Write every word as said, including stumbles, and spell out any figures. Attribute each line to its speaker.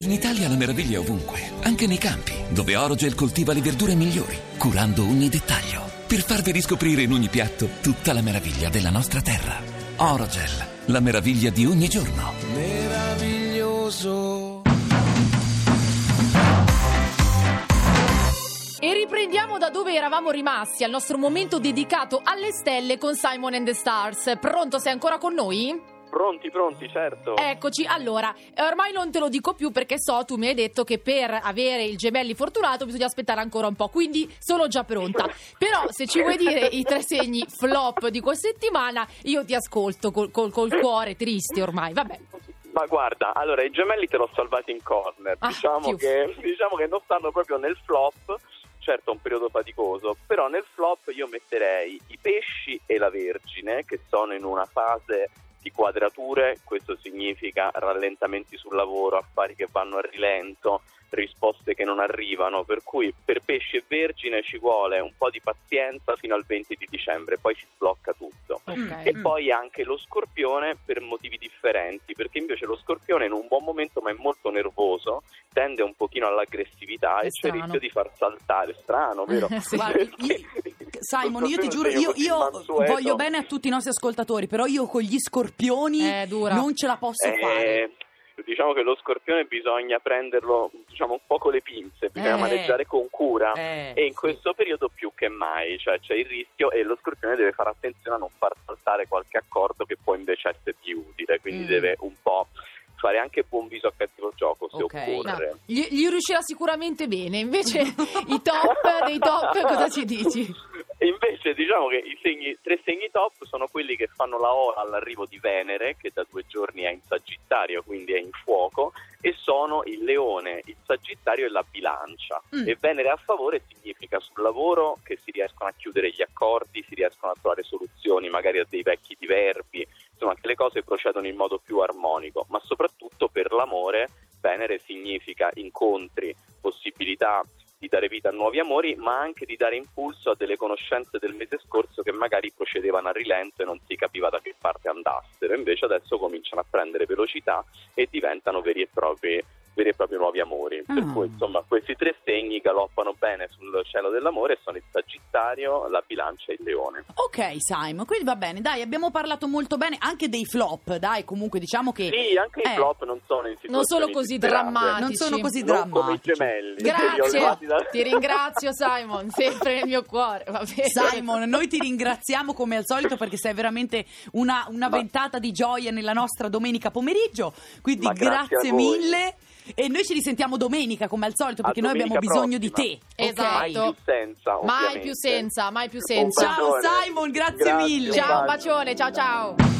Speaker 1: In Italia la meraviglia è ovunque, anche nei campi, dove Orogel coltiva le verdure migliori, curando ogni dettaglio, per farvi riscoprire in ogni piatto tutta la meraviglia della nostra terra. Orogel, la meraviglia di ogni giorno.
Speaker 2: Meraviglioso.
Speaker 3: E riprendiamo da dove eravamo rimasti, al nostro momento dedicato alle stelle con Simon and the Stars. Pronto, sei ancora con noi?
Speaker 4: Pronti, pronti, certo.
Speaker 3: Eccoci, allora, ormai non te lo dico più perché so, tu mi hai detto che per avere il gemelli fortunato bisogna aspettare ancora un po', quindi sono già pronta. Però se ci vuoi dire i tre segni flop di questa settimana, io ti ascolto col, col, col cuore triste ormai, vabbè.
Speaker 4: Ma guarda, allora, i gemelli te l'ho salvati in corner,
Speaker 3: Ah,
Speaker 4: diciamo, che, diciamo che non stanno proprio nel flop. Certo, un periodo faticoso, però nel flop io metterei i pesci e la Vergine, che sono in una fase di quadrature. Questo significa rallentamenti sul lavoro, affari che vanno a rilento, risposte che non arrivano, per cui per pesci e Vergine ci vuole un po' di pazienza fino al venti di dicembre, poi si sblocca tutto.
Speaker 3: Okay.
Speaker 4: E poi anche lo Scorpione per motivi differenti, perché invece lo Scorpione in un buon momento, ma è molto nervoso, tende un pochino all'aggressività
Speaker 3: È
Speaker 4: e c'è il
Speaker 3: strano.
Speaker 4: rischio di far saltare. Strano, vero?
Speaker 3: Sì.
Speaker 5: Guardi, io- Simon, io ti giuro, io, io voglio bene a tutti i nostri ascoltatori, però io con gli scorpioni
Speaker 3: È dura.
Speaker 5: non ce la posso fare.
Speaker 4: Eh, diciamo che lo Scorpione bisogna prenderlo, diciamo, un po' con le pinze, bisogna
Speaker 5: Eh.
Speaker 4: maneggiare con cura,
Speaker 5: Eh,
Speaker 4: e in
Speaker 5: sì.
Speaker 4: questo periodo più che mai, cioè c'è il rischio, e lo Scorpione deve fare attenzione a non far saltare qualche accordo che può invece essergli utile, quindi
Speaker 3: Mm.
Speaker 4: deve un po' fare anche buon viso a cattivo gioco, se
Speaker 5: Ok.
Speaker 4: occorre.
Speaker 3: No, gli, gli riuscirà sicuramente bene, invece i top dei top cosa ci dici?
Speaker 4: E invece diciamo che i segni, tre segni top sono quelli che fanno la ora all'arrivo di Venere, che da due giorni è in Sagittario, quindi è in fuoco, e sono il Leone, il Sagittario e la Bilancia.
Speaker 5: Mm.
Speaker 4: E Venere a favore significa sul lavoro che si riescono a chiudere gli accordi, si riescono a trovare soluzioni magari a dei vecchi diverbi, insomma che le cose procedono in modo più armonico, ma soprattutto per l'amore Venere significa incontri, possibilità di dare vita a nuovi amori, ma anche di dare impulso a delle conoscenze del mese scorso che magari procedevano a rilento e non si capiva da che parte andassero. Invece adesso cominciano a prendere velocità e diventano veri e propri, veri e propri nuovi amori. Per
Speaker 5: Ah.
Speaker 4: cui insomma questi tre segni galoppano bene sul cielo dell'amore, sono il Sagittario, la Bilancia e il Leone.
Speaker 5: Ok, Simon, quindi va bene, dai, abbiamo parlato molto bene anche dei flop, dai, comunque diciamo che
Speaker 4: Sì, anche
Speaker 5: eh,
Speaker 4: i flop non sono in situazioni
Speaker 3: Non sono così
Speaker 4: disperate.
Speaker 3: drammatici.
Speaker 5: non sono così
Speaker 4: Non come i
Speaker 5: drammatici.
Speaker 4: gemelli. Li ho
Speaker 3: Grazie,
Speaker 4: levati da-
Speaker 3: ti ringrazio Simon, sempre nel mio cuore, va bene.
Speaker 5: Simon, noi ti ringraziamo come al solito perché sei veramente una, una
Speaker 4: Ma-
Speaker 5: ventata di gioia nella nostra domenica pomeriggio, quindi
Speaker 4: Ma grazie
Speaker 5: grazie
Speaker 4: a voi.
Speaker 5: mille e noi ci risentiamo domenica come al solito perché
Speaker 4: A
Speaker 5: noi abbiamo
Speaker 4: domenica
Speaker 5: bisogno di te.
Speaker 4: prossima.
Speaker 5: ok?
Speaker 3: Esatto.
Speaker 4: Mai più senza,
Speaker 3: Mai
Speaker 4: ovviamente.
Speaker 3: più senza, mai più
Speaker 4: Un
Speaker 3: senza.
Speaker 5: Ciao
Speaker 4: bacione.
Speaker 5: Simon, grazie
Speaker 4: Grazie,
Speaker 5: mille.
Speaker 4: un
Speaker 3: Ciao, un
Speaker 4: bacio.
Speaker 3: bacione, ciao ciao.